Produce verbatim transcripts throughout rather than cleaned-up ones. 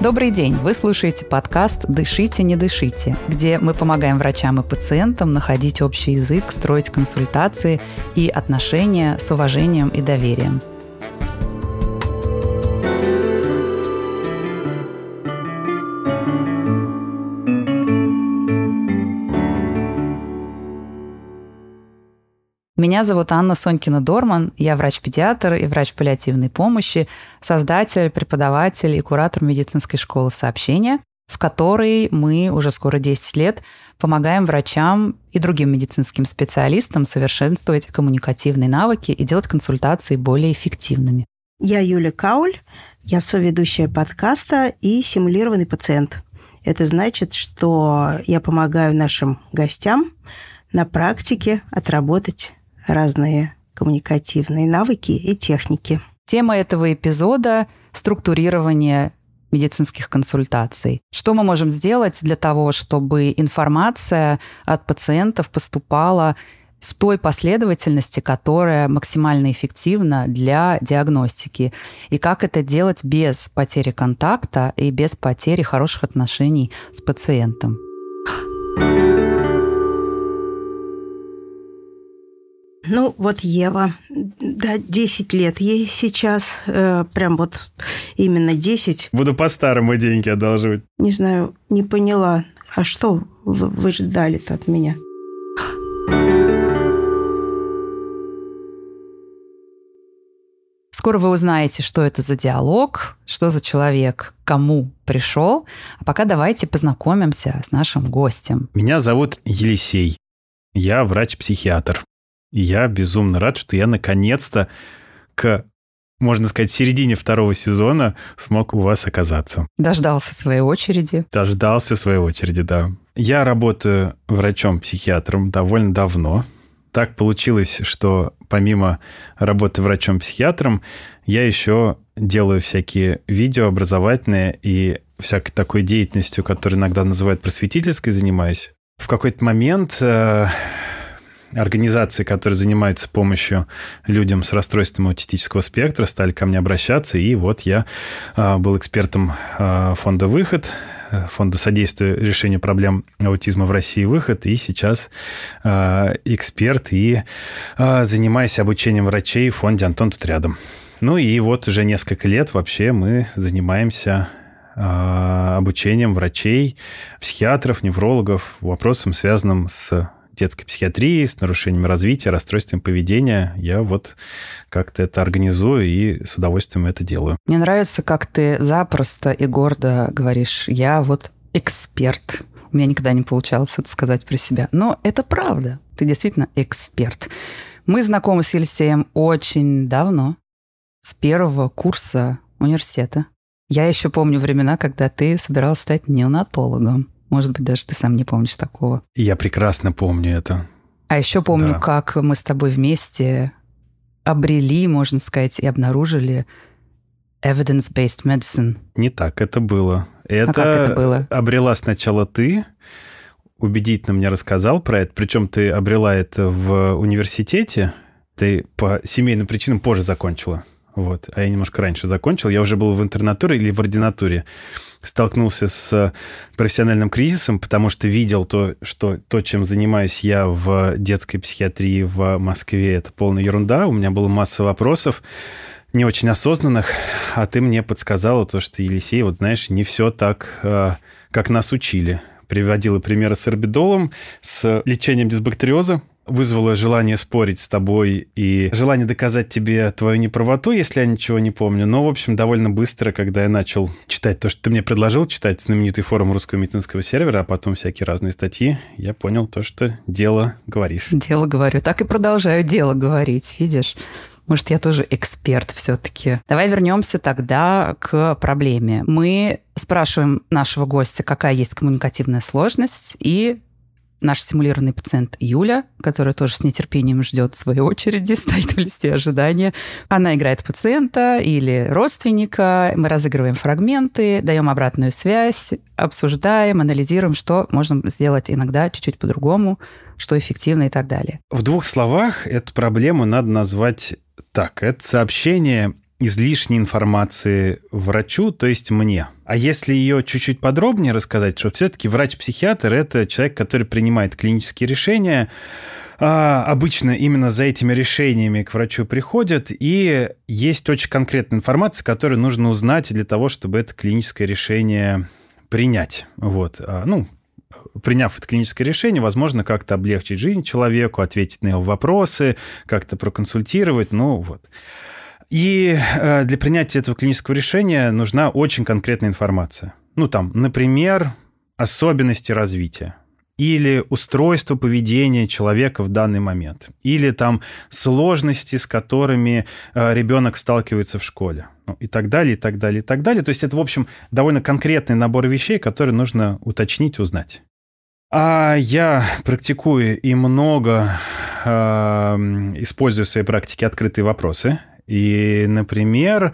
Добрый день! Вы слушаете подкаст «Дышите, не дышите», где мы помогаем врачам и пациентам находить общий язык, строить консультации и отношения с уважением и доверием. Меня зовут Анна Сонькина-Дорман, я врач-педиатр и врач паллиативной помощи, создатель, преподаватель и куратор медицинской школы сообщения, в которой мы уже скоро десять лет помогаем врачам и другим медицинским специалистам совершенствовать коммуникативные навыки и делать консультации более эффективными. Я Юля Кауль, я соведущая подкаста и симулированный пациент. Это значит, что я помогаю нашим гостям на практике отработать разные коммуникативные навыки и техники. Тема этого эпизода – структурирование медицинских консультаций. Что мы можем сделать для того, чтобы информация от пациентов поступала в той последовательности, которая максимально эффективна для диагностики? И как это делать без потери контакта и без потери хороших отношений с пациентом? Ну, вот Ева, да, десять лет ей сейчас, э, прям вот именно десять. Буду по-старому деньги одалживать. Не знаю, не поняла, а что вы, вы ждали-то от меня? Скоро вы узнаете, что это за диалог, что за человек, к кому пришел. А пока давайте познакомимся с нашим гостем. Меня зовут Елисей. Я врач-психиатр. И я безумно рад, что я наконец-то к, можно сказать, середине второго сезона смог у вас оказаться. Дождался своей очереди. Дождался своей очереди, да. Я работаю врачом-психиатром довольно давно. Так получилось, что помимо работы врачом-психиатром, я еще делаю всякие видео образовательные и всякой такой деятельностью, которую иногда называют просветительской, занимаюсь. В какой-то момент организации, которые занимаются помощью людям с расстройством аутистического спектра, стали ко мне обращаться, и вот я был экспертом фонда «Выход», фонда содействия решению проблем аутизма в России «Выход», и сейчас эксперт и занимаюсь обучением врачей в фонде «Антон тут рядом». Ну и вот уже несколько лет вообще мы занимаемся обучением врачей, психиатров, неврологов вопросам, связанным с детской психиатрии, с нарушениями развития, расстройством поведения. Я вот как-то это организую и с удовольствием это делаю. Мне нравится, как ты запросто и гордо говоришь: я вот эксперт. У меня никогда не получалось это сказать про себя. Но это правда. Ты действительно эксперт. Мы знакомы с Елисеем очень давно, с первого курса университета. Я еще помню времена, когда ты собирался стать неонатологом. Может быть, даже ты сам не помнишь такого. Я прекрасно помню это. А еще помню, да. как мы с тобой вместе обрели, можно сказать, и обнаружили evidence-based medicine. Не так это было. Это а как это было? Обрела сначала ты, убедительно мне рассказал про это. Причем ты обрела это в университете. Ты по семейным причинам позже закончила. Вот. А я немножко раньше закончил. Я уже был в интернатуре или в ординатуре. Столкнулся с профессиональным кризисом, потому что видел то, что то, чем занимаюсь я в детской психиатрии в Москве, это полная ерунда. У меня была масса вопросов, не очень осознанных, а ты мне подсказала то, что, Елисей, вот знаешь, не все так, как нас учили. Приводила примеры с орбидолом, с лечением дисбактериоза. Вызвало желание спорить с тобой и желание доказать тебе твою неправоту, если я ничего не помню. Но, в общем, довольно быстро, когда я начал читать то, что ты мне предложил читать, знаменитый форум русского медицинского сервера, а потом всякие разные статьи, я понял то, что дело говоришь. Дело говорю. Так и продолжаю дело говорить, видишь? Может, я тоже эксперт все-таки. Давай вернемся тогда к проблеме. Мы спрашиваем нашего гостя, какая есть коммуникативная сложность, и наш стимулированный пациент Юля, которая тоже с нетерпением ждет своей очереди, стоит в листе ожидания. Она играет пациента или родственника. Мы разыгрываем фрагменты, даем обратную связь, обсуждаем, анализируем, что можно сделать иногда чуть-чуть по-другому, что эффективно и так далее. В двух словах эту проблему надо назвать так. Это сообщение излишней информации врачу, то есть мне. А если ее чуть-чуть подробнее рассказать, что все-таки врач-психиатр – это человек, который принимает клинические решения. А обычно именно за этими решениями к врачу приходят, и есть очень конкретная информация, которую нужно узнать для того, чтобы это клиническое решение принять. Вот. Ну, приняв это клиническое решение, возможно, как-то облегчить жизнь человеку, ответить на его вопросы, как-то проконсультировать, ну вот. И для принятия этого клинического решения нужна очень конкретная информация. Ну, там, например, особенности развития. Или устройство поведения человека в данный момент. Или там сложности, с которыми ребенок сталкивается в школе. Ну, и так далее, и так далее, и так далее. То есть это, в общем, довольно конкретный набор вещей, которые нужно уточнить, узнать. А я практикую и много э, использую в своей практике открытые вопросы. И, например,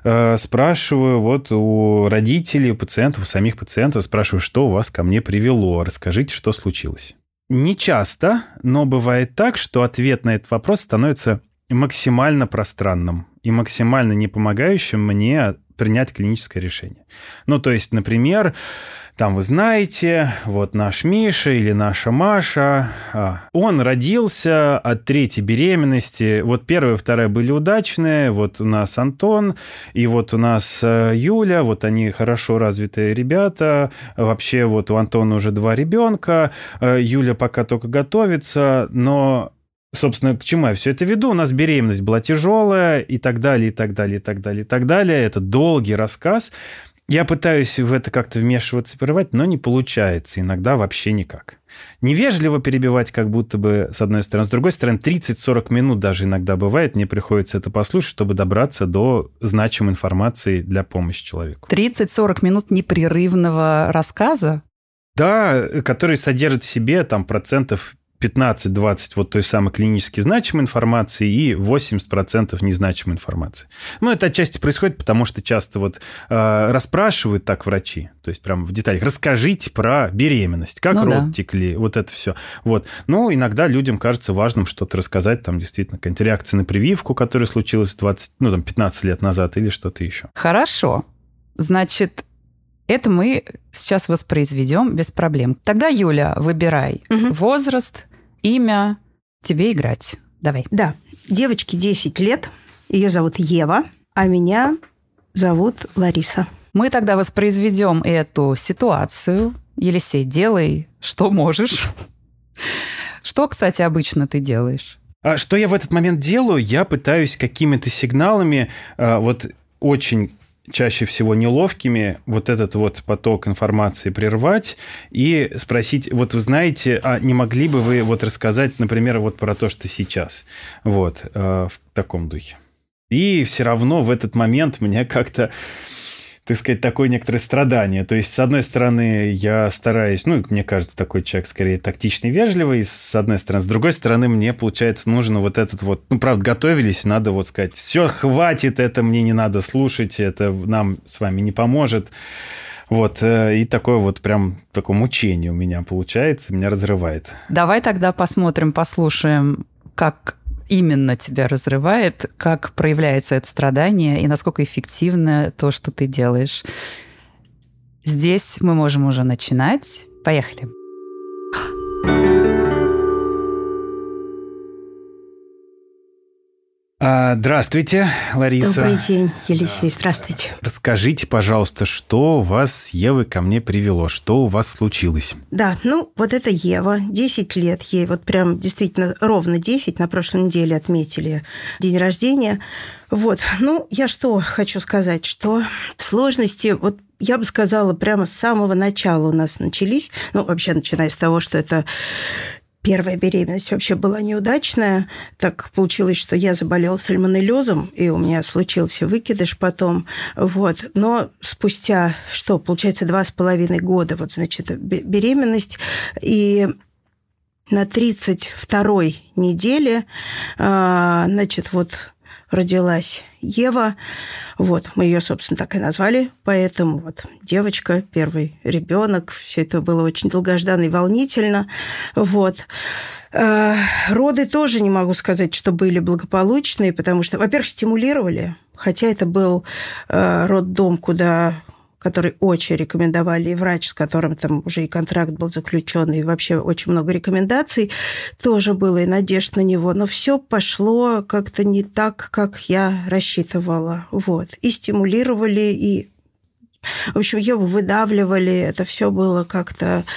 спрашиваю вот у родителей, у пациентов, у самих пациентов, спрашиваю, что вас ко мне привело, расскажите, что случилось. Не часто, но бывает так, что ответ на этот вопрос становится максимально пространным и максимально не помогающим мне принять клиническое решение. Ну, то есть, например, там вы знаете, вот наш Миша или наша Маша, он родился от третьей беременности, вот первая и вторая были удачные, вот у нас Антон, и вот у нас Юля, вот они хорошо развитые ребята, вообще вот у Антона уже два ребенка, Юля пока только готовится, но... Собственно, к чему я все это веду? У нас беременность была тяжелая и так далее, и так далее, и так далее, и так далее. Это долгий рассказ. Я пытаюсь в это как-то вмешиваться, прерывать, но не получается. Иногда вообще никак. Невежливо перебивать, как будто бы, с одной стороны. С другой стороны, тридцать-сорок минут даже иногда бывает. Мне приходится это послушать, чтобы добраться до значимой информации для помощи человеку. тридцать-сорок минут непрерывного рассказа? Да, который содержит в себе там процентов пятнадцать-двадцать вот той самой клинически значимой информации и восемьдесят процентов незначимой информации. Ну, это отчасти происходит, потому что часто вот э, расспрашивают так врачи, то есть прям в деталях, расскажите про беременность, как ну, род да. текли, вот это все. Вот. Ну, иногда людям кажется важным что-то рассказать, там действительно какая-нибудь реакция на прививку, которая случилась двадцать, ну, там, пятнадцать лет назад или что-то еще. Хорошо. Значит, это мы сейчас воспроизведем без проблем. Тогда, Юля, выбирай угу. возраст, имя, тебе играть. Давай. Да. Девочке десять лет, ее зовут Ева, а меня зовут Лариса. Мы тогда воспроизведем эту ситуацию. Елисей, делай, что можешь. Что, кстати, обычно ты делаешь? А что я в этот момент делаю? Я пытаюсь какими-то сигналами вот очень... чаще всего неловкими, вот этот вот поток информации прервать и спросить, вот вы знаете, а не могли бы вы вот рассказать, например, вот про то, что сейчас, вот, э, в таком духе. И все равно в этот момент мне как-то, так сказать, такое некоторое страдание. То есть, с одной стороны, я стараюсь, ну, мне кажется, такой человек скорее тактичный, вежливый, с одной стороны. С другой стороны, мне, получается, нужно вот этот вот... Ну, правда, готовились, надо вот сказать, все, хватит, это мне не надо слушать, это нам с вами не поможет. Вот, и такое вот прям такое мучение у меня получается, меня разрывает. Давай тогда посмотрим, послушаем, как... именно тебя разрывает, как проявляется это страдание и насколько эффективно то, что ты делаешь. Здесь мы можем уже начинать. Поехали. Здравствуйте, Лариса. Добрый день, Елисей, здравствуйте. Расскажите, пожалуйста, что вас с Евой ко мне привело? Что у вас случилось? Да, ну, вот это Ева, десять лет ей, вот прям действительно ровно десять, на прошлой неделе отметили день рождения. Вот, ну, я что хочу сказать, что сложности, вот я бы сказала, прямо с самого начала у нас начались, ну, вообще, начиная с того, что это... Первая беременность вообще была неудачная. Так получилось, что я заболела сальмонеллезом, и у меня случился выкидыш потом. Вот. Но спустя, что, получается, два с половиной года, вот, значит, беременность, и на тридцать второй неделе, значит, вот родилась Ева. Вот, мы ее, собственно, так и назвали, поэтому вот девочка, первый ребенок, все это было очень долгожданно и волнительно. Вот. Роды тоже не могу сказать, что были благополучные, потому что, во-первых, стимулировали, хотя это был роддом, куда... который очень рекомендовали, и врач, с которым там уже и контракт был заключен, и вообще очень много рекомендаций, тоже было, и надежд на него. Но все пошло как-то не так, как я рассчитывала. Вот. И стимулировали, и, в общем, его выдавливали. Это все было как-то...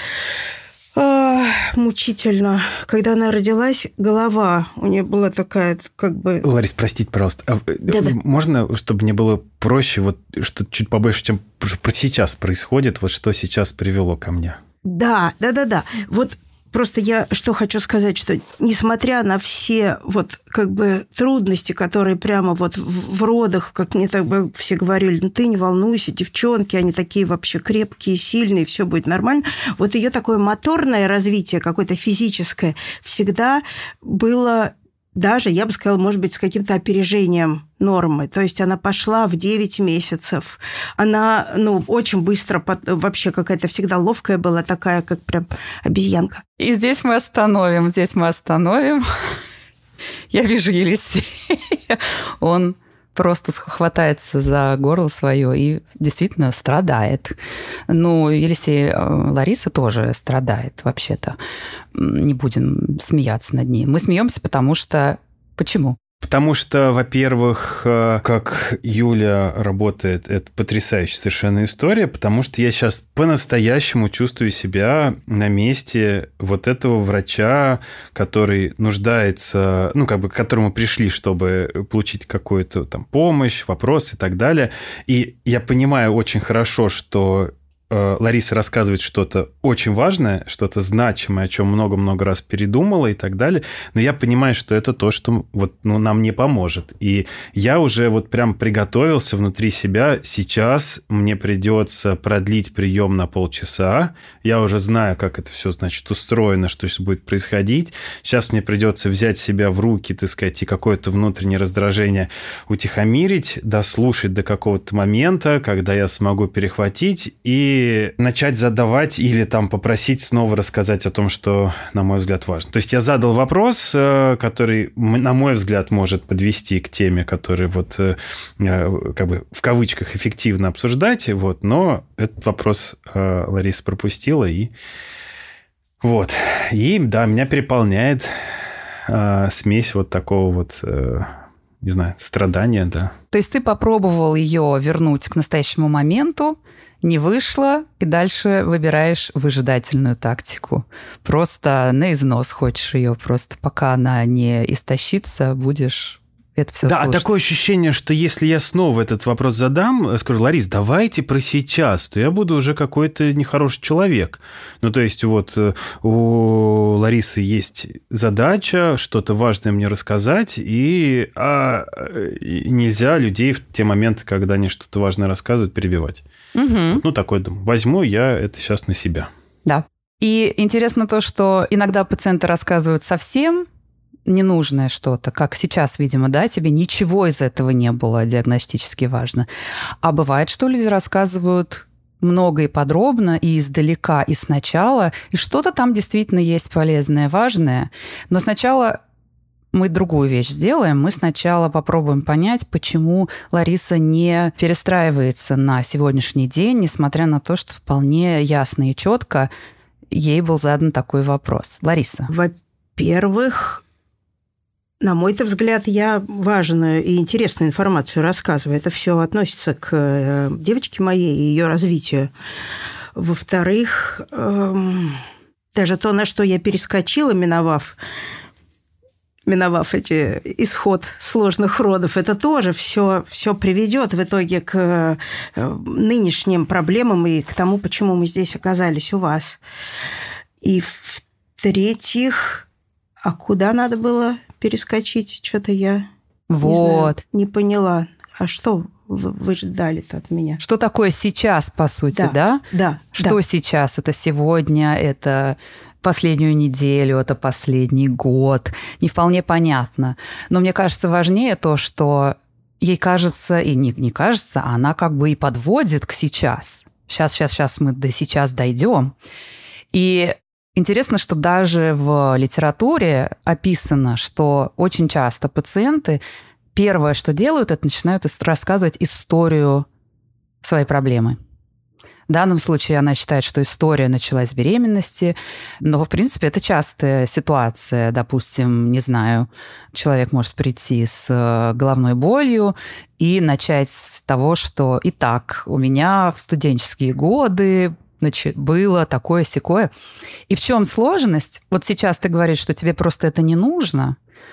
мучительно. Когда она родилась, голова у нее была такая, как бы... Ларис, простите, пожалуйста. А Да-да. Можно, чтобы мне было проще, вот что-то чуть побольше, чем про сейчас происходит, вот что сейчас привело ко мне? Да, да-да-да. Вот просто я что хочу сказать, что несмотря на все вот как бы трудности, которые прямо вот в, в родах, как мне так бы все говорили, ну ты не волнуйся, девчонки, они такие вообще крепкие, сильные, все будет нормально. Вот ее такое моторное развитие, какое-то физическое, всегда было... Даже, я бы сказала, может быть, с каким-то опережением нормы. То есть она пошла в девять месяцев. Она, ну, очень быстро, вообще какая-то всегда ловкая была, такая, как прям обезьянка. И здесь мы остановим, здесь мы остановим. Я вижу Елисея. Он просто хватается за горло свое и действительно страдает. Ну, Елисей, Лариса тоже страдает, вообще-то. Не будем смеяться над ней. Мы смеемся, потому что... Почему? Потому что, во-первых, как Юля работает, это потрясающая совершенно история, потому что я сейчас по-настоящему чувствую себя на месте вот этого врача, который нуждается, ну, как бы к которому пришли, чтобы получить какую-то там помощь, вопрос и так далее. И я понимаю очень хорошо, что Лариса рассказывает что-то очень важное, что-то значимое, о чем много-много раз передумала и так далее, но я понимаю, что это то, что вот, ну, нам не поможет. И я уже вот прям приготовился внутри себя. Сейчас мне придется продлить прием на полчаса. Я уже знаю, как это все, значит, устроено, что сейчас будет происходить. Сейчас мне придется взять себя в руки, так сказать, и какое-то внутреннее раздражение утихомирить, дослушать до какого-то момента, когда я смогу перехватить и начать задавать или там попросить снова рассказать о том, что, на мой взгляд, важно. То есть я задал вопрос, который, на мой взгляд, может подвести к теме, которую вот как бы в кавычках эффективно обсуждать, вот, но этот вопрос Лариса пропустила, и вот. И, да, меня переполняет смесь вот такого вот... не знаю, страдания, да. То есть ты попробовал ее вернуть к настоящему моменту, не вышло, и дальше выбираешь выжидательную тактику. Просто на износ хочешь ее, просто пока она не истощится, будешь это все да, слушать. Да, такое ощущение, что если я снова этот вопрос задам, скажу: Ларис, давайте про сейчас, то я буду уже какой-то нехороший человек. Ну, то есть вот у Ларисы есть задача что-то важное мне рассказать, и а, нельзя людей в те моменты, когда они что-то важное рассказывают, перебивать. Угу. Ну, такой думаю, возьму я это сейчас на себя. Да. И интересно то, что иногда пациенты рассказывают совсем ненужное что-то, как сейчас, видимо, да, тебе ничего из этого не было диагностически важно. А бывает, что люди рассказывают много и подробно, и издалека, и сначала, и что-то там действительно есть полезное, важное, но сначала мы другую вещь сделаем. Мы сначала попробуем понять, почему Лариса не перестраивается на сегодняшний день, несмотря на то, что вполне ясно и четко ей был задан такой вопрос. Лариса. Во-первых, на мой-то взгляд, я важную и интересную информацию рассказываю. Это все относится к девочке моей и ее развитию. Во-вторых, эм, даже то, на что я перескочила, миновав, миновав эти исход сложных родов, это тоже все, все приведет в итоге к нынешним проблемам и к тому, почему мы здесь оказались у вас. И в-третьих, а куда надо было перескочить? Что-то я вот. не знаю, не поняла. А что вы, вы ждали-то от меня? Что такое сейчас, по сути, да? Да, да. Что да. сейчас? Это сегодня, это последнюю неделю, это последний год. Не вполне понятно. Но мне кажется, важнее то, что ей кажется, и не, не кажется, а она как бы и подводит к сейчас. Сейчас, сейчас, сейчас мы до сейчас дойдем. И Интересно, что даже в литературе описано, что очень часто пациенты первое, что делают, это начинают рассказывать историю своей проблемы. В данном случае она считает, что история началась с беременности, но, в принципе, это частая ситуация. Допустим, не знаю, человек может прийти с головной болью и начать с того, что «Итак, у меня в студенческие годы значит, было такое-сякое». И в чем сложность? Вот сейчас ты говоришь, что тебе просто это не нужно,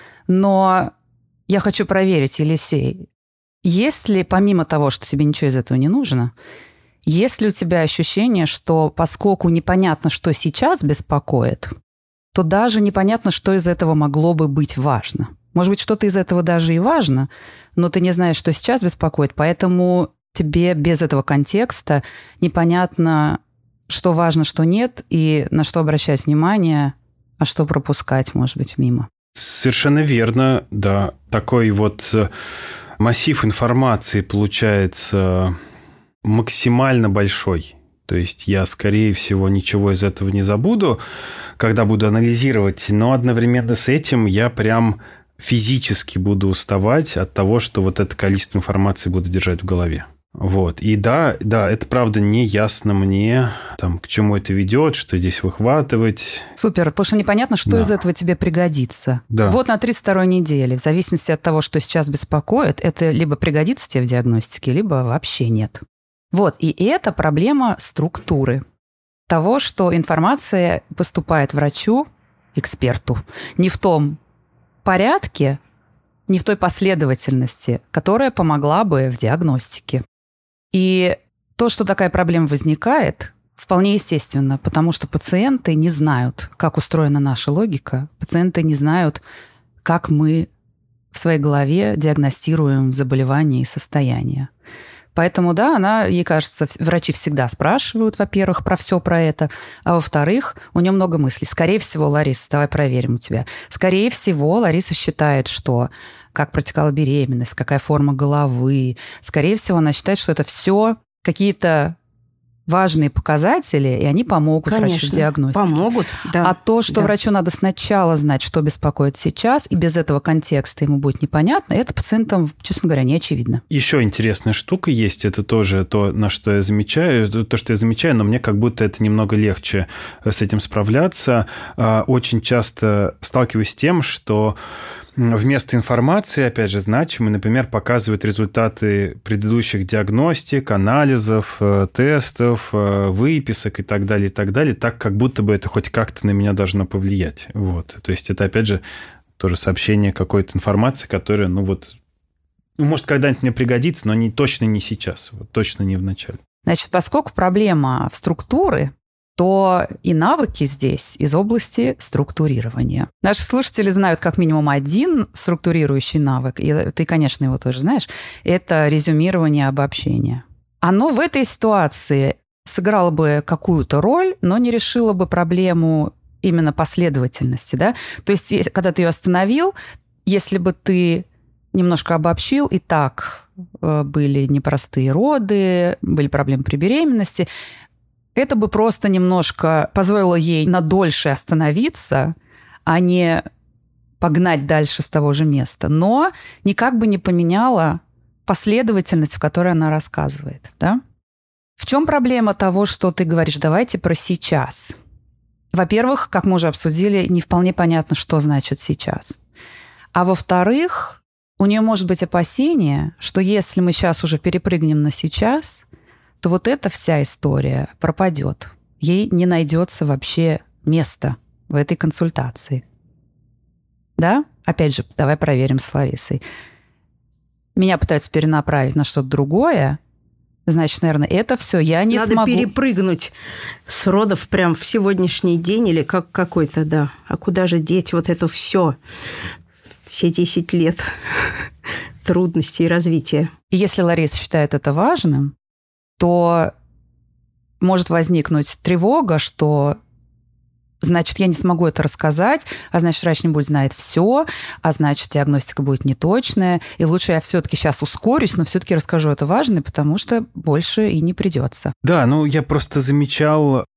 но я хочу проверить, Елисей, есть ли, помимо того, что тебе ничего из этого не нужно, есть ли у тебя ощущение, что поскольку непонятно, что сейчас беспокоит, то даже непонятно, что из этого могло бы быть важно? Может быть, что-то из этого даже и важно, но ты не знаешь, что сейчас беспокоит, поэтому тебе без этого контекста непонятно, что важно, что нет, и на что обращать внимание, а что пропускать, может быть, мимо. Совершенно верно, да. Такой вот массив информации получается максимально большой. То есть я, скорее всего, ничего из этого не забуду, когда буду анализировать, но одновременно с этим я прям физически буду уставать от того, что вот это количество информации буду держать в голове. Вот. И да, да, это правда не ясно мне, там, к чему это ведет, что здесь выхватывать. Супер, потому что непонятно, что да. из этого тебе пригодится. Да. Вот на тридцать второй неделе, в зависимости от того, что сейчас беспокоит, это либо пригодится тебе в диагностике, либо вообще нет. Вот, и это проблема структуры. Того, что информация поступает врачу, эксперту, не в том порядке, не в той последовательности, которая помогла бы в диагностике. И то, что такая проблема возникает, вполне естественно, потому что пациенты не знают, как устроена наша логика, пациенты не знают, как мы в своей голове диагностируем заболевания и состояния. Поэтому, да, она, ей кажется, врачи всегда спрашивают, во-первых, про все про это, а во-вторых, у нее много мыслей. Скорее всего, Лариса, давай проверим у тебя. Скорее всего, Лариса считает, что как протекала беременность, какая форма головы. Скорее всего, она считает, что это все какие-то важные показатели, и они помогут Конечно, врачу в диагностике. Помогут, да. А то, что да. врачу надо сначала знать, что беспокоит сейчас, и без этого контекста ему будет непонятно, это пациентам, честно говоря, не очевидно. Еще интересная штука есть, это тоже то, на что я замечаю, то, что я замечаю, но мне как будто это немного легче с этим справляться. Очень часто сталкиваюсь с тем, что вместо информации, опять же, значимой, например, показывают результаты предыдущих диагностик, анализов, тестов, выписок и так далее, и так далее, так, как будто бы это хоть как-то на меня должно повлиять. Вот. То есть это, опять же, тоже сообщение какой-то информации, которая, ну вот, ну, может, когда-нибудь мне пригодится, но не, точно не сейчас, вот, точно не в начале. Значит, поскольку проблема в структуре, то и навыки здесь из области структурирования. Наши слушатели знают как минимум один структурирующий навык, и ты, конечно, его тоже знаешь, это резюмирование, обобщение. Оно в этой ситуации сыграло бы какую-то роль, но не решило бы проблему именно последовательности. Да? То есть, когда ты ее остановил, если бы ты немножко обобщил, и так были непростые роды, были проблемы при беременности, это бы просто немножко позволило ей надольше остановиться, а не погнать дальше с того же места. Но никак бы не поменяло последовательность, в которой она рассказывает. Да? В чем проблема того, что ты говоришь, давайте про сейчас? Во-первых, как мы уже обсудили, не вполне понятно, что значит сейчас. А во-вторых, у нее может быть опасение, что если мы сейчас уже перепрыгнем на сейчас, то вот эта вся история пропадет. Ей не найдется вообще места в этой консультации. Да? Опять же, давай проверим с Ларисой. Меня пытаются перенаправить на что-то другое, значит, наверное, это все я не Надо смогу. Надо перепрыгнуть с родов прям в сегодняшний день или как какой-то, да. А куда же деть вот это все? Все десять лет трудностей и развития. И если Лариса считает это важным, то может возникнуть тревога, что, значит, я не смогу это рассказать, а значит, врач не будет знать все, а значит, диагностика будет неточная, и лучше я все-таки сейчас ускорюсь, но все-таки расскажу это важное, потому что больше и не придется. Да, ну я просто замечал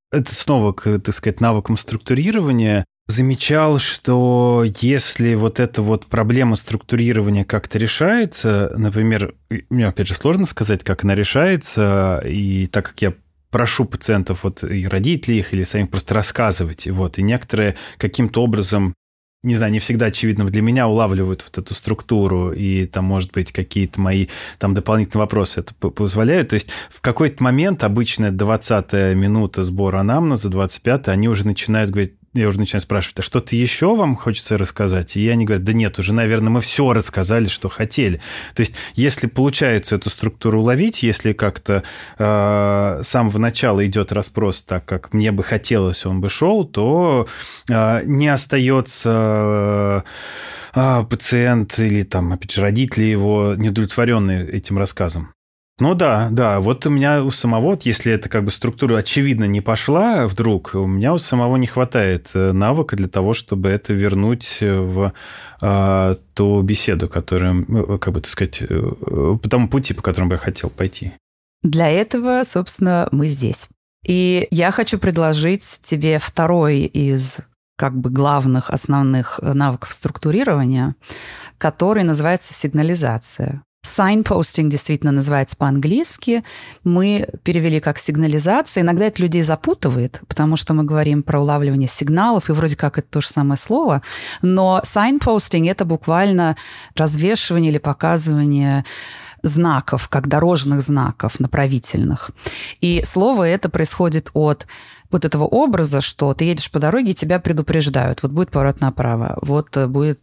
Это снова к, так сказать, навыкам структурирования. Замечал, что если вот эта вот проблема структурирования как-то решается, например, мне, опять же, сложно сказать, как она решается, и так как я прошу пациентов, вот и родителей их, или самим просто рассказывать, и вот, и некоторые каким-то образом, не знаю, не всегда очевидно для меня улавливают вот эту структуру, и там, может быть, какие-то мои там дополнительные вопросы это позволяют. То есть в какой-то момент, обычно двадцатая минута сбора анамнеза, двадцать пятая, они уже начинают говорить, я уже начинаю спрашивать, а что-то еще вам хочется рассказать? И они говорят, да нет, уже, наверное, мы все рассказали, что хотели. То есть если получается эту структуру уловить, если как-то э, с самого начала идет расспрос так, как мне бы хотелось, он бы шел, то э, не остается э, пациент или, там, опять же, родители его неудовлетворенные этим рассказом. Ну да, да, вот у меня у самого, вот если эта как бы структура очевидно не пошла вдруг, у меня у самого не хватает навыка для того, чтобы это вернуть в а, ту беседу, которую, как бы так сказать, по тому пути, по которому бы я хотел пойти. Для этого, собственно, мы здесь. И я хочу предложить тебе второй из как бы главных, основных навыков структурирования, который называется сигнализация. Signposting действительно называется по-английски. Мы перевели как сигнализация. Иногда это людей запутывает, потому что мы говорим про улавливание сигналов, и вроде как это то же самое слово. Но signposting – это буквально развешивание или показывание знаков, как дорожных знаков направительных. И слово это происходит от вот этого образа, что ты едешь по дороге, и тебя предупреждают. Вот будет поворот направо, вот будет...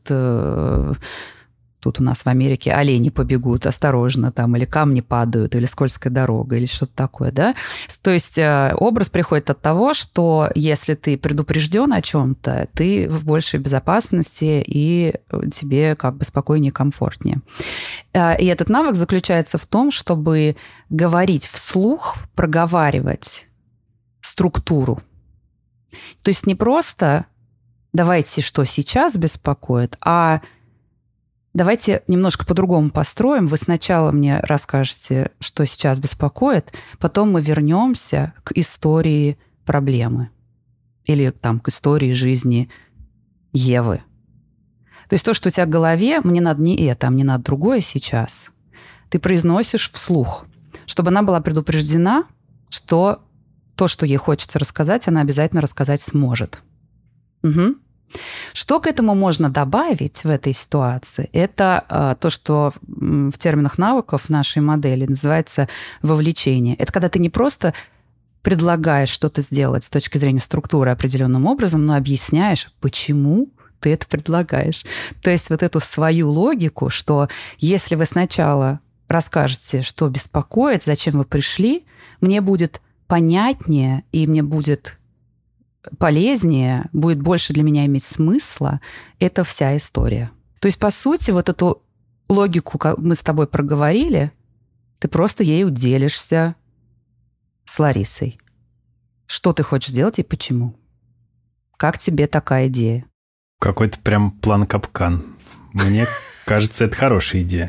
Тут у нас в Америке олени побегут, осторожно, там, или камни падают, или скользкая дорога, или что-то такое, да? То есть образ приходит от того, что если ты предупрежден о чем-то, ты в большей безопасности, и тебе как бы спокойнее, комфортнее. И этот навык заключается в том, чтобы говорить вслух, проговаривать структуру. То есть не просто «давайте, что сейчас беспокоит», а давайте немножко по-другому построим. Вы сначала мне расскажете, что сейчас беспокоит, потом мы вернемся к истории проблемы или там, к истории жизни Евы. То есть то, что у тебя в голове, мне надо не это, а мне надо другое сейчас, ты произносишь вслух, чтобы она была предупреждена, что то, что ей хочется рассказать, она обязательно рассказать сможет. Угу. Что к этому можно добавить в этой ситуации? Это а, то, что в терминах навыков в нашей модели называется вовлечение. Это когда ты не просто предлагаешь что-то сделать с точки зрения структуры определенным образом, но объясняешь, почему ты это предлагаешь. То есть вот эту свою логику, что если вы сначала расскажете, что беспокоит, зачем вы пришли, мне будет понятнее и мне будет... полезнее, будет больше для меня иметь смысла, это вся история. То есть, по сути, вот эту логику мы с тобой проговорили, ты просто ею делишься с Ларисой. Что ты хочешь сделать и почему? Как тебе такая идея? Какой-то прям план-капкан. Мне кажется, это хорошая идея.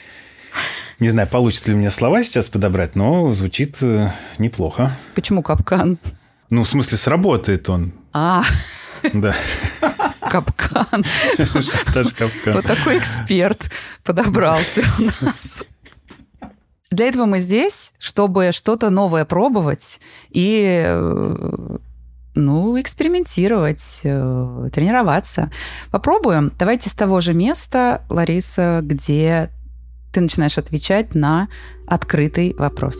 Не знаю, получится ли у меня слова сейчас подобрать, но звучит неплохо. Почему капкан? Ну, в смысле, сработает он. А, да. Капкан. Даже капкан. Вот такой эксперт подобрался у нас. Для этого мы здесь, чтобы что-то новое пробовать и, ну, экспериментировать, тренироваться. Попробуем. Давайте с того же места, Лариса, где ты начинаешь отвечать на открытый вопрос.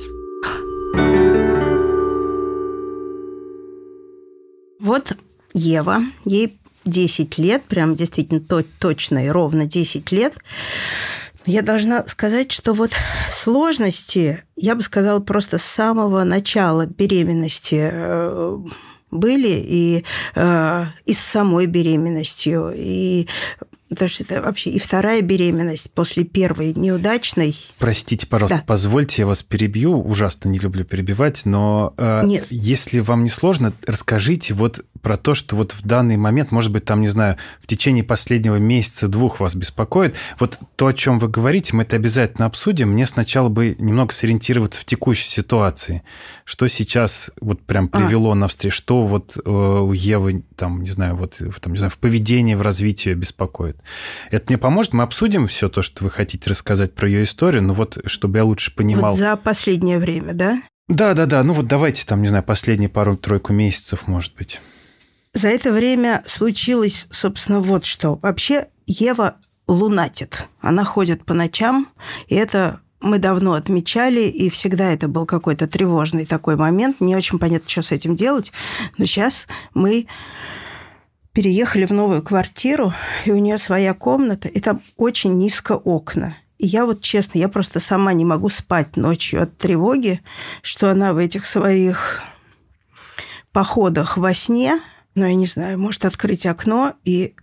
Вот Ева, ей десять лет, прям действительно точно и ровно десять лет. Я должна сказать, что вот сложности, я бы сказала, просто с самого начала беременности были, и, и с самой беременностью, и... Потому что это вообще и вторая беременность после первой неудачной. Простите, пожалуйста, да. Позвольте, я вас перебью. Ужасно не люблю перебивать, но э, если вам не сложно, расскажите, вот про то, что вот в данный момент, может быть, там, не знаю, в течение последнего месяца-двух вас беспокоит. Вот то, о чем вы говорите, мы это обязательно обсудим. Мне сначала бы немного сориентироваться в текущей ситуации. Что сейчас вот прям привело а. навстречу, что вот э, у Евы, там, не знаю, вот там, не знаю, в поведении, в развитии ее беспокоит. Это мне поможет? Мы обсудим все то, что вы хотите рассказать про ее историю, но вот чтобы я лучше понимал... Вот за последнее время, да? Да-да-да, ну вот давайте там, не знаю, последние пару-тройку месяцев, может быть. За это время случилось, собственно, вот что. Вообще Ева лунатит. Она ходит по ночам, и это мы давно отмечали, и всегда это был какой-то тревожный такой момент. Не очень понятно, что с этим делать. Но сейчас мы переехали в новую квартиру, и у нее своя комната, и там очень низко окна. И я вот, честно, я просто сама не могу спать ночью от тревоги, что она в этих своих походах во сне, ну, я не знаю, может открыть окно, и,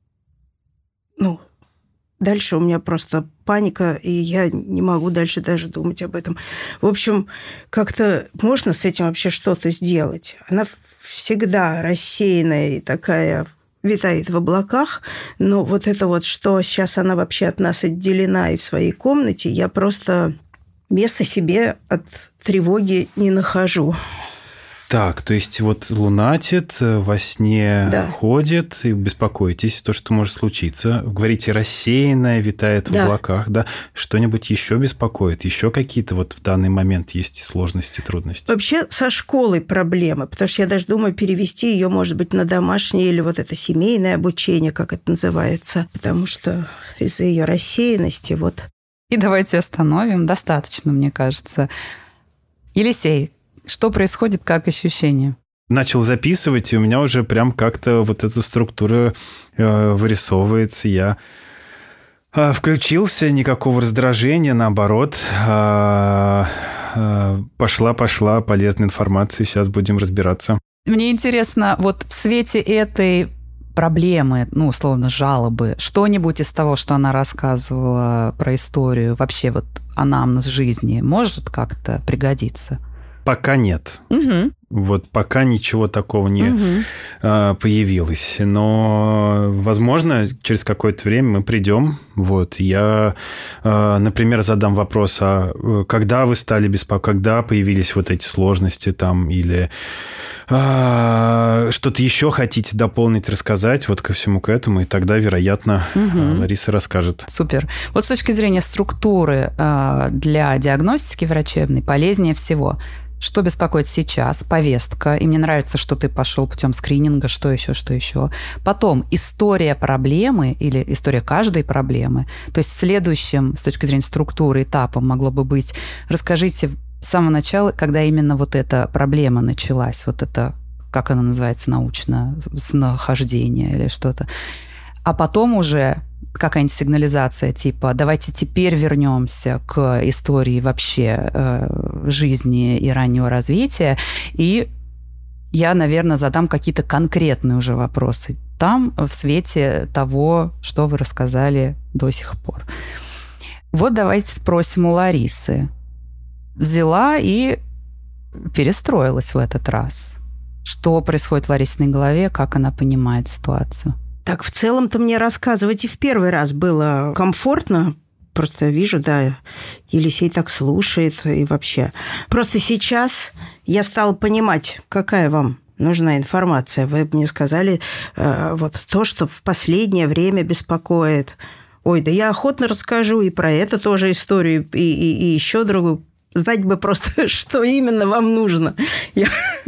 ну, дальше у меня просто паника, и я не могу дальше даже думать об этом. В общем, как-то можно с этим вообще что-то сделать? Она всегда рассеянная и такая... витает в облаках, но вот это вот, что сейчас она вообще от нас отделена и в своей комнате, я просто места себе от тревоги не нахожу. Так, то есть вот лунатит, во сне да. ходит, и беспокоитесь, то, что может случиться. Говорите, рассеянная, витает да. в облаках, да? Что-нибудь еще беспокоит? Еще какие-то вот в данный момент есть сложности, трудности? Вообще со школой проблемы, потому что я даже думаю перевести ее, может быть, на домашнее или вот это семейное обучение, как это называется, потому что из-за ее рассеянности вот. И давайте остановим. Достаточно, мне кажется. Елисей, что происходит, как ощущение? Начал записывать, и у меня уже прям как-то вот эта структура э, вырисовывается. Я э, включился, никакого раздражения, наоборот. Э, э, пошла-пошла полезная информация, сейчас будем разбираться. Мне интересно, вот в свете этой проблемы, ну, условно, жалобы, что-нибудь из того, что она рассказывала про историю, вообще вот анамнез жизни, может как-то пригодиться? Пока нет. Угу. Вот пока ничего такого не угу. а, появилось. Но, возможно, через какое-то время мы придем. Вот. Я, а, например, задам вопрос, а когда вы стали беспокоиться, когда появились вот эти сложности там, или а, что-то еще хотите дополнить, рассказать вот ко всему к этому, и тогда, вероятно, угу. Лариса расскажет. Супер. Вот с точки зрения структуры а, для диагностики врачебной полезнее всего – что беспокоит сейчас, повестка, и мне нравится, что ты пошел путем скрининга, что еще, что еще. Потом история проблемы или история каждой проблемы. То есть следующим, с точки зрения структуры, этапом могло бы быть, расскажите с самого начала, когда именно вот эта проблема началась, вот это, как она называется научно, снохождение или что-то. А потом уже какая-нибудь сигнализация типа «давайте теперь вернемся к истории вообще э, жизни и раннего развития», и я, наверное, задам какие-то конкретные уже вопросы там в свете того, что вы рассказали до сих пор. Вот давайте спросим у Ларисы. Взяла и перестроилась в этот раз. Что происходит в Ларисиной голове, как она понимает ситуацию? Так, в целом-то мне рассказывать и в первый раз было комфортно. Просто вижу, да, Елисей так слушает и вообще. Просто сейчас я стала понимать, какая вам нужна информация. Вы мне сказали э, вот то, что в последнее время беспокоит. Ой, да я охотно расскажу и про это тоже историю, и, и, и еще другую. Знать бы просто, что именно вам нужно. Я...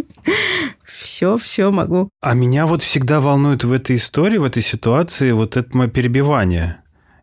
Все, все могу. А меня вот всегда волнует в этой истории, в этой ситуации вот это мое перебивание.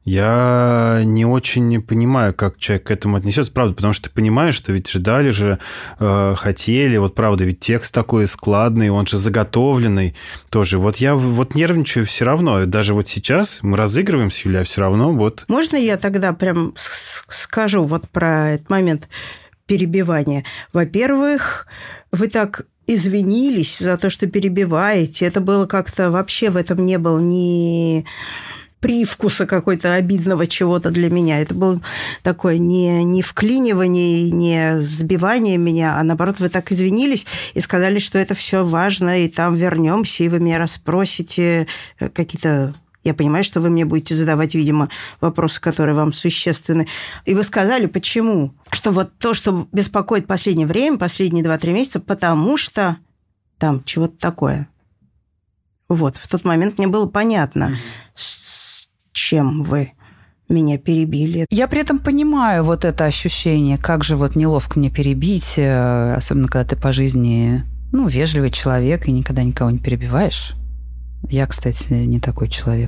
Я не очень понимаю, как человек к этому отнесется, правда, потому что ты понимаешь, что ведь ждали же, э, хотели, вот правда, ведь текст такой складный, он же заготовленный тоже. Вот я вот нервничаю все равно, даже вот сейчас мы разыгрываем с Юлей, а все равно вот... Можно я тогда прям скажу вот про этот момент перебивания? Во-первых, вы так... извинились за то, что перебиваете. Это было как-то... Вообще в этом не было ни привкуса какой-то обидного чего-то для меня. Это было такое не, не вклинивание, не сбивание меня, а наоборот, вы так извинились и сказали, что это все важно, и там вернемся, и вы меня расспросите какие-то... Я понимаю, что вы мне будете задавать, видимо, вопросы, которые вам существенны. И вы сказали, почему? Что вот то, что беспокоит в последнее время, последние два-три месяца, потому что там чего-то такое. Вот. В тот момент мне было понятно, с чем вы меня перебили. Я при этом понимаю вот это ощущение, как же вот неловко мне перебить, особенно когда ты по жизни, ну, вежливый человек и никогда никого не перебиваешь. Я, кстати, не такой человек.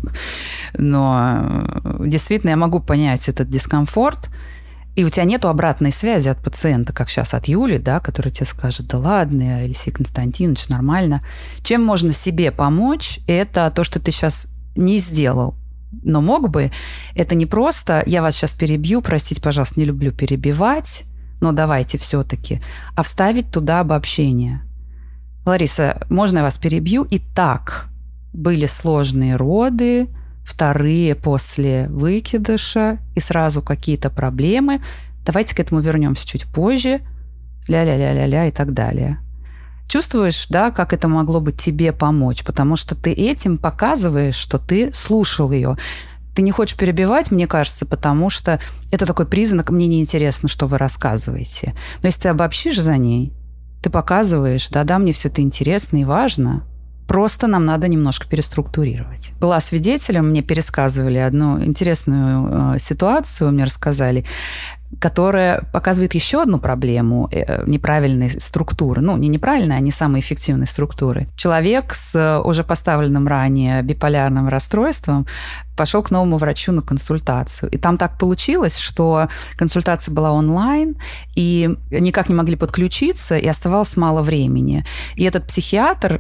Но действительно я могу понять этот дискомфорт. И у тебя нету обратной связи от пациента, как сейчас от Юли, да, которая тебе скажет, да ладно, Алексей Константинович, нормально. Чем можно себе помочь, это то, что ты сейчас не сделал. Но мог бы, это не просто, я вас сейчас перебью, простите, пожалуйста, не люблю перебивать, но давайте все-таки, а вставить туда обобщение. Лариса, можно я вас перебью? Итак, были сложные роды, вторые после выкидыша, и сразу какие-то проблемы. Давайте к этому вернемся чуть позже. Ля-ля-ля-ля-ля и так далее. Чувствуешь, да, как это могло бы тебе помочь? Потому что ты этим показываешь, что ты слушал ее. Ты не хочешь перебивать, мне кажется, потому что это такой признак, мне неинтересно, что вы рассказываете. Но если ты обобщишь за ней, ты показываешь, да-да, мне все это интересно и важно, просто нам надо немножко переструктурировать. Была свидетелем, мне пересказывали одну интересную э, ситуацию, мне рассказали, которая показывает еще одну проблему э, неправильной структуры. Ну, не неправильной, а не самой эффективной структуры. Человек с уже поставленным ранее биполярным расстройством пошел к новому врачу на консультацию. И там так получилось, что консультация была онлайн, и никак не могли подключиться, и оставалось мало времени. И этот психиатр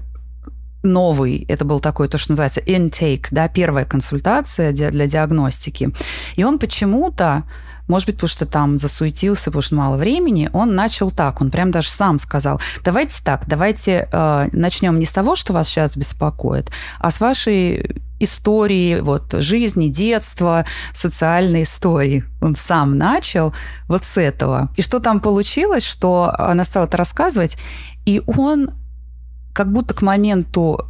новый, это был такой, то, что называется intake, да, первая консультация для диагностики. И он почему-то, может быть, потому что там засуетился, потому что мало времени, он начал так, он прям даже сам сказал, давайте так, давайте э, начнем не с того, что вас сейчас беспокоит, а с вашей истории, вот, жизни, детства, социальной истории. Он сам начал вот с этого. И что там получилось, что она стала это рассказывать, и он как будто к моменту,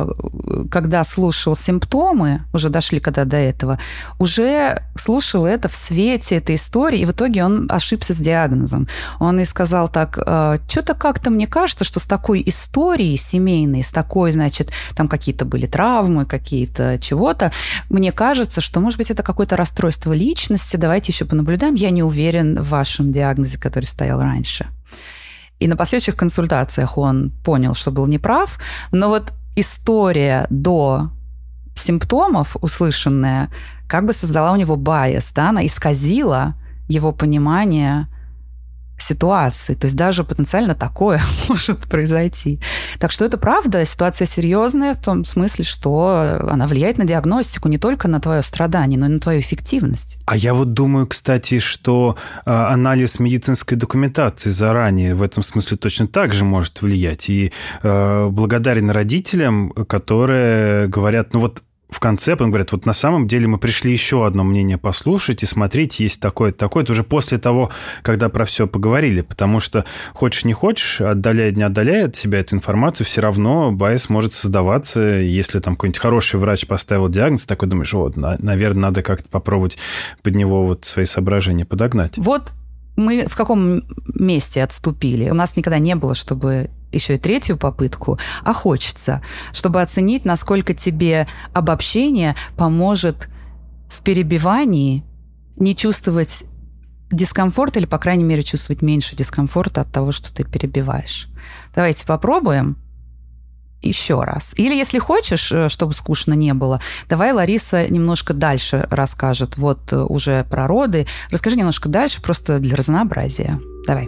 когда слушал симптомы, уже дошли когда до этого, уже слушал это в свете этой истории, и в итоге он ошибся с диагнозом. Он и сказал так, что-то как-то мне кажется, что с такой историей семейной, с такой, значит, там какие-то были травмы, какие-то чего-то, мне кажется, что, может быть, это какое-то расстройство личности, давайте еще понаблюдаем, я не уверен в вашем диагнозе, который стоял раньше. И на последующих консультациях он понял, что был неправ. Но вот история до симптомов, услышанная, как бы создала у него байс, да? Она исказила его понимание ситуации. То есть даже потенциально такое может произойти. Так что это правда, ситуация серьезная в том смысле, что она влияет на диагностику, не только на твое страдание, но и на твою эффективность. А я вот думаю, кстати, что э, анализ медицинской документации заранее в этом смысле точно так же может влиять. И э, благодарен родителям, которые говорят, ну вот в конце, потом говорят, вот на самом деле мы пришли еще одно мнение послушать и смотреть, есть такое-то, такое-то, уже после того, когда про все поговорили, потому что хочешь не хочешь, отдаляя, не отдаляя от себя эту информацию, все равно байс может создаваться, если там какой-нибудь хороший врач поставил диагноз, такой думаешь, вот, наверное, надо как-то попробовать под него вот свои соображения подогнать. Вот мы в каком месте отступили? У нас никогда не было, чтобы еще и третью попытку, а хочется, чтобы оценить, насколько тебе обобщение поможет в перебивании не чувствовать дискомфорт или, по крайней мере, чувствовать меньше дискомфорта от того, что ты перебиваешь. Давайте попробуем еще раз. Или, если хочешь, чтобы скучно не было, давай Лариса немножко дальше расскажет. Вот уже про роды. Расскажи немножко дальше, просто для разнообразия. Давай.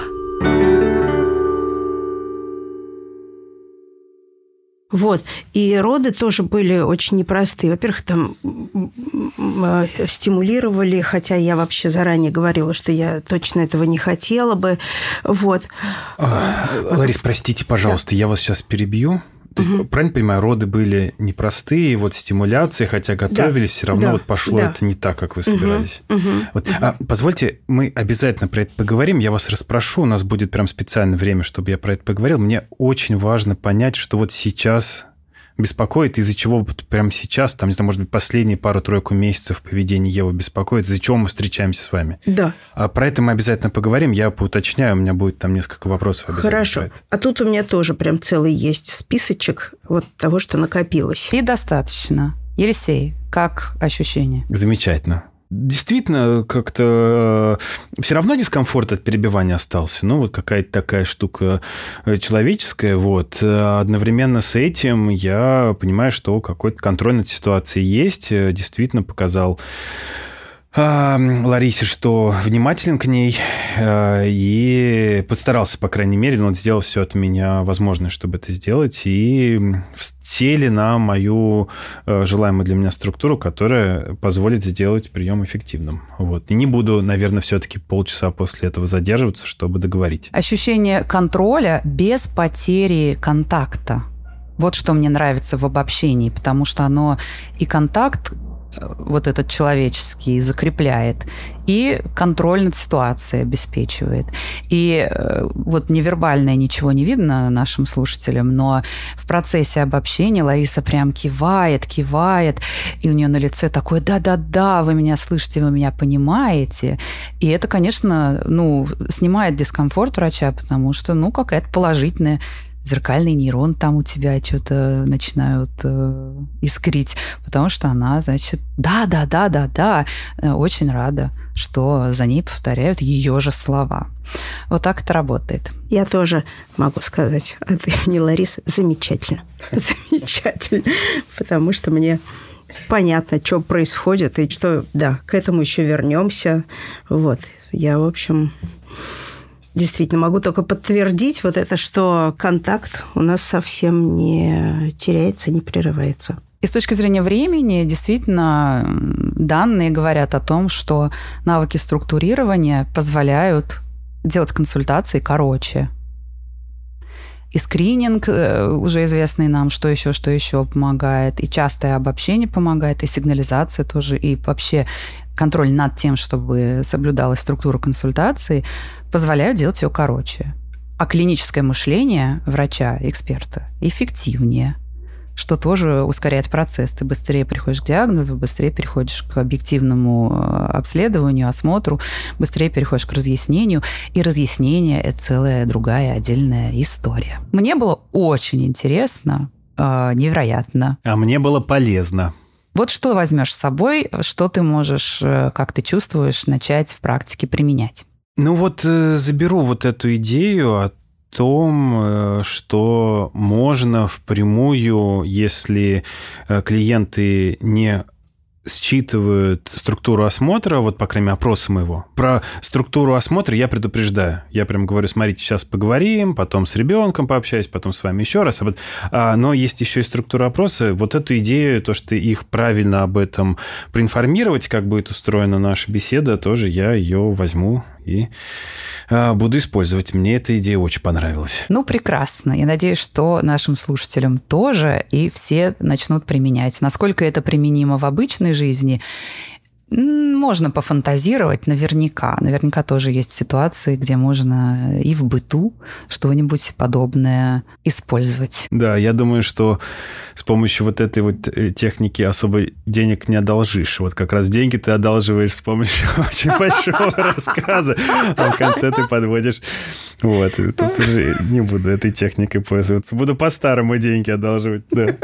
Вот. И роды тоже были очень непростые. Во-первых, там стимулировали, хотя я вообще заранее говорила, что я точно этого не хотела бы. Вот. Ларис, простите, пожалуйста, да. Я вас сейчас перебью. Ты Угу. правильно понимаю, роды были непростые, вот стимуляции, хотя готовились, да. все равно да. вот пошло да. это не так, как вы собирались. Угу. Вот. Угу. А, позвольте, мы обязательно про это поговорим, я вас расспрошу, у нас будет прям специальное время, чтобы я про это поговорил. Мне очень важно понять, что вот сейчас беспокоит, из-за чего вот прямо сейчас, там, не знаю, может быть, последние пару-тройку месяцев поведение Евы беспокоит, из-за чего мы встречаемся с вами. Да. А про это мы обязательно поговорим, я поуточняю, у меня будет там несколько вопросов обязательно. Хорошо. А тут у меня тоже прям целый есть списочек вот того, что накопилось. И достаточно. Елисей, как ощущение? Замечательно. Действительно, как-то все равно дискомфорт от перебивания остался. Ну, вот какая-то такая штука человеческая. Вот. Одновременно с этим я понимаю, что какой-то контроль над ситуацией есть. Действительно показал Ларисе, что внимателен к ней и постарался, по крайней мере, но он сделал все от меня возможное, чтобы это сделать, и в теле на мою желаемую для меня структуру, которая позволит сделать прием эффективным. Вот. И не буду, наверное, все-таки полчаса после этого задерживаться, чтобы договорить. Ощущение контроля без потери контакта. Вот что мне нравится в обобщении, потому что оно и контакт вот этот человеческий закрепляет, и контроль над ситуацией обеспечивает. И вот невербальное ничего не видно нашим слушателям, но в процессе обобщения Лариса прям кивает, кивает, и у нее на лице такое «да-да-да, вы меня слышите, вы меня понимаете». И это, конечно, ну, снимает дискомфорт врача, потому что, ну, какая-то положительная зеркальный нейрон там у тебя что-то начинают э, искрить, потому что она, значит, да-да-да-да-да, очень рада, что за ней повторяют ее же слова. Вот так это работает. Я тоже могу сказать от имени Ларисы замечательно. Замечательно. Потому что мне понятно, что происходит, и что, да, к этому еще вернемся. Вот. Я, в общем... Действительно, могу только подтвердить вот это, что контакт у нас совсем не теряется, не прерывается. И с точки зрения времени, действительно, данные говорят о том, что навыки структурирования позволяют делать консультации короче. И скрининг, уже известный нам, что еще, что еще помогает, и частое обобщение помогает, и сигнализация тоже, и вообще контроль над тем, чтобы соблюдалась структура консультации, позволяют делать ее короче. А клиническое мышление врача, эксперта, эффективнее, что тоже ускоряет процесс. Ты быстрее приходишь к диагнозу, быстрее переходишь к объективному обследованию, осмотру, быстрее переходишь к разъяснению. И разъяснение – это целая другая отдельная история. Мне было очень интересно, невероятно. А мне было полезно. Вот что возьмешь с собой, что ты можешь, как ты чувствуешь, начать в практике применять? Ну вот заберу вот эту идею о том, что можно впрямую, если клиенты не считывают структуру осмотра, вот, по крайней мере, опроса моего. Про структуру осмотра я предупреждаю. Я прям говорю, смотрите, сейчас поговорим, потом с ребенком пообщаюсь, потом с вами еще раз. Но есть еще и структура опроса. Вот эту идею, то, что их правильно об этом проинформировать, как будет устроена наша беседа, тоже я ее возьму и буду использовать. Мне эта идея очень понравилась. Ну, прекрасно. Я надеюсь, что нашим слушателям тоже, и все начнут применять. Насколько это применимо в обычной жизни, можно пофантазировать наверняка. Наверняка тоже есть ситуации, где можно и в быту что-нибудь подобное использовать. Да, я думаю, что с помощью вот этой вот техники особо денег не одолжишь. Вот как раз деньги ты одалживаешь с помощью очень большого рассказа, а в конце ты подводишь... Вот, и тут уже не буду этой техникой пользоваться. Буду по-старому деньги одалживать, да.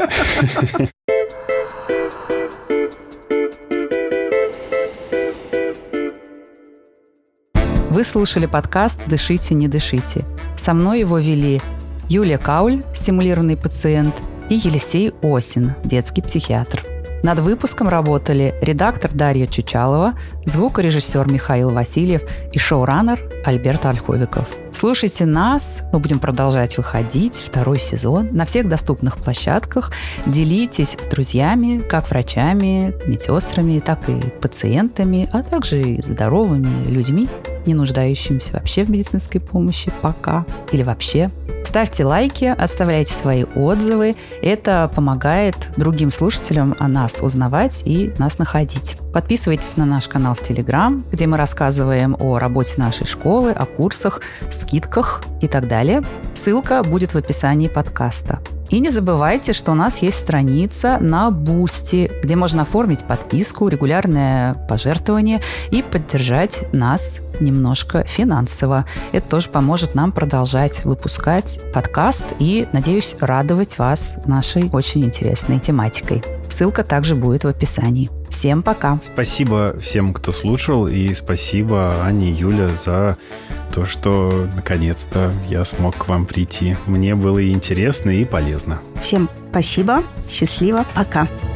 Вы слушали подкаст «Дышите, не дышите». Со мной его вели Юлия Кауль, стимулированный пациент, и Елисей Осин, детский психиатр. Над выпуском работали редактор Дарья Чучалова, звукорежиссер Михаил Васильев и шоураннер Альберт Ольховиков. Слушайте нас, мы будем продолжать выходить, второй сезон, на всех доступных площадках. Делитесь с друзьями, как врачами, медсестрами, так и пациентами, а также и здоровыми людьми, не нуждающимися вообще в медицинской помощи пока или вообще. Ставьте лайки, оставляйте свои отзывы. Это помогает другим слушателям о нас узнавать и нас находить. Подписывайтесь на наш канал в Телеграм, где мы рассказываем о работе нашей школы, о курсах, скидках и так далее. Ссылка будет в описании подкаста. И не забывайте, что у нас есть страница на Бусти, где можно оформить подписку, регулярное пожертвование и поддержать нас немножко финансово. Это тоже поможет нам продолжать выпускать подкаст и, надеюсь, радовать вас нашей очень интересной тематикой. Ссылка также будет в описании. Всем пока. Спасибо всем, кто слушал, и спасибо Ане и Юля за то, что наконец-то я смог к вам прийти. Мне было и интересно, и полезно. Всем спасибо, счастливо, пока.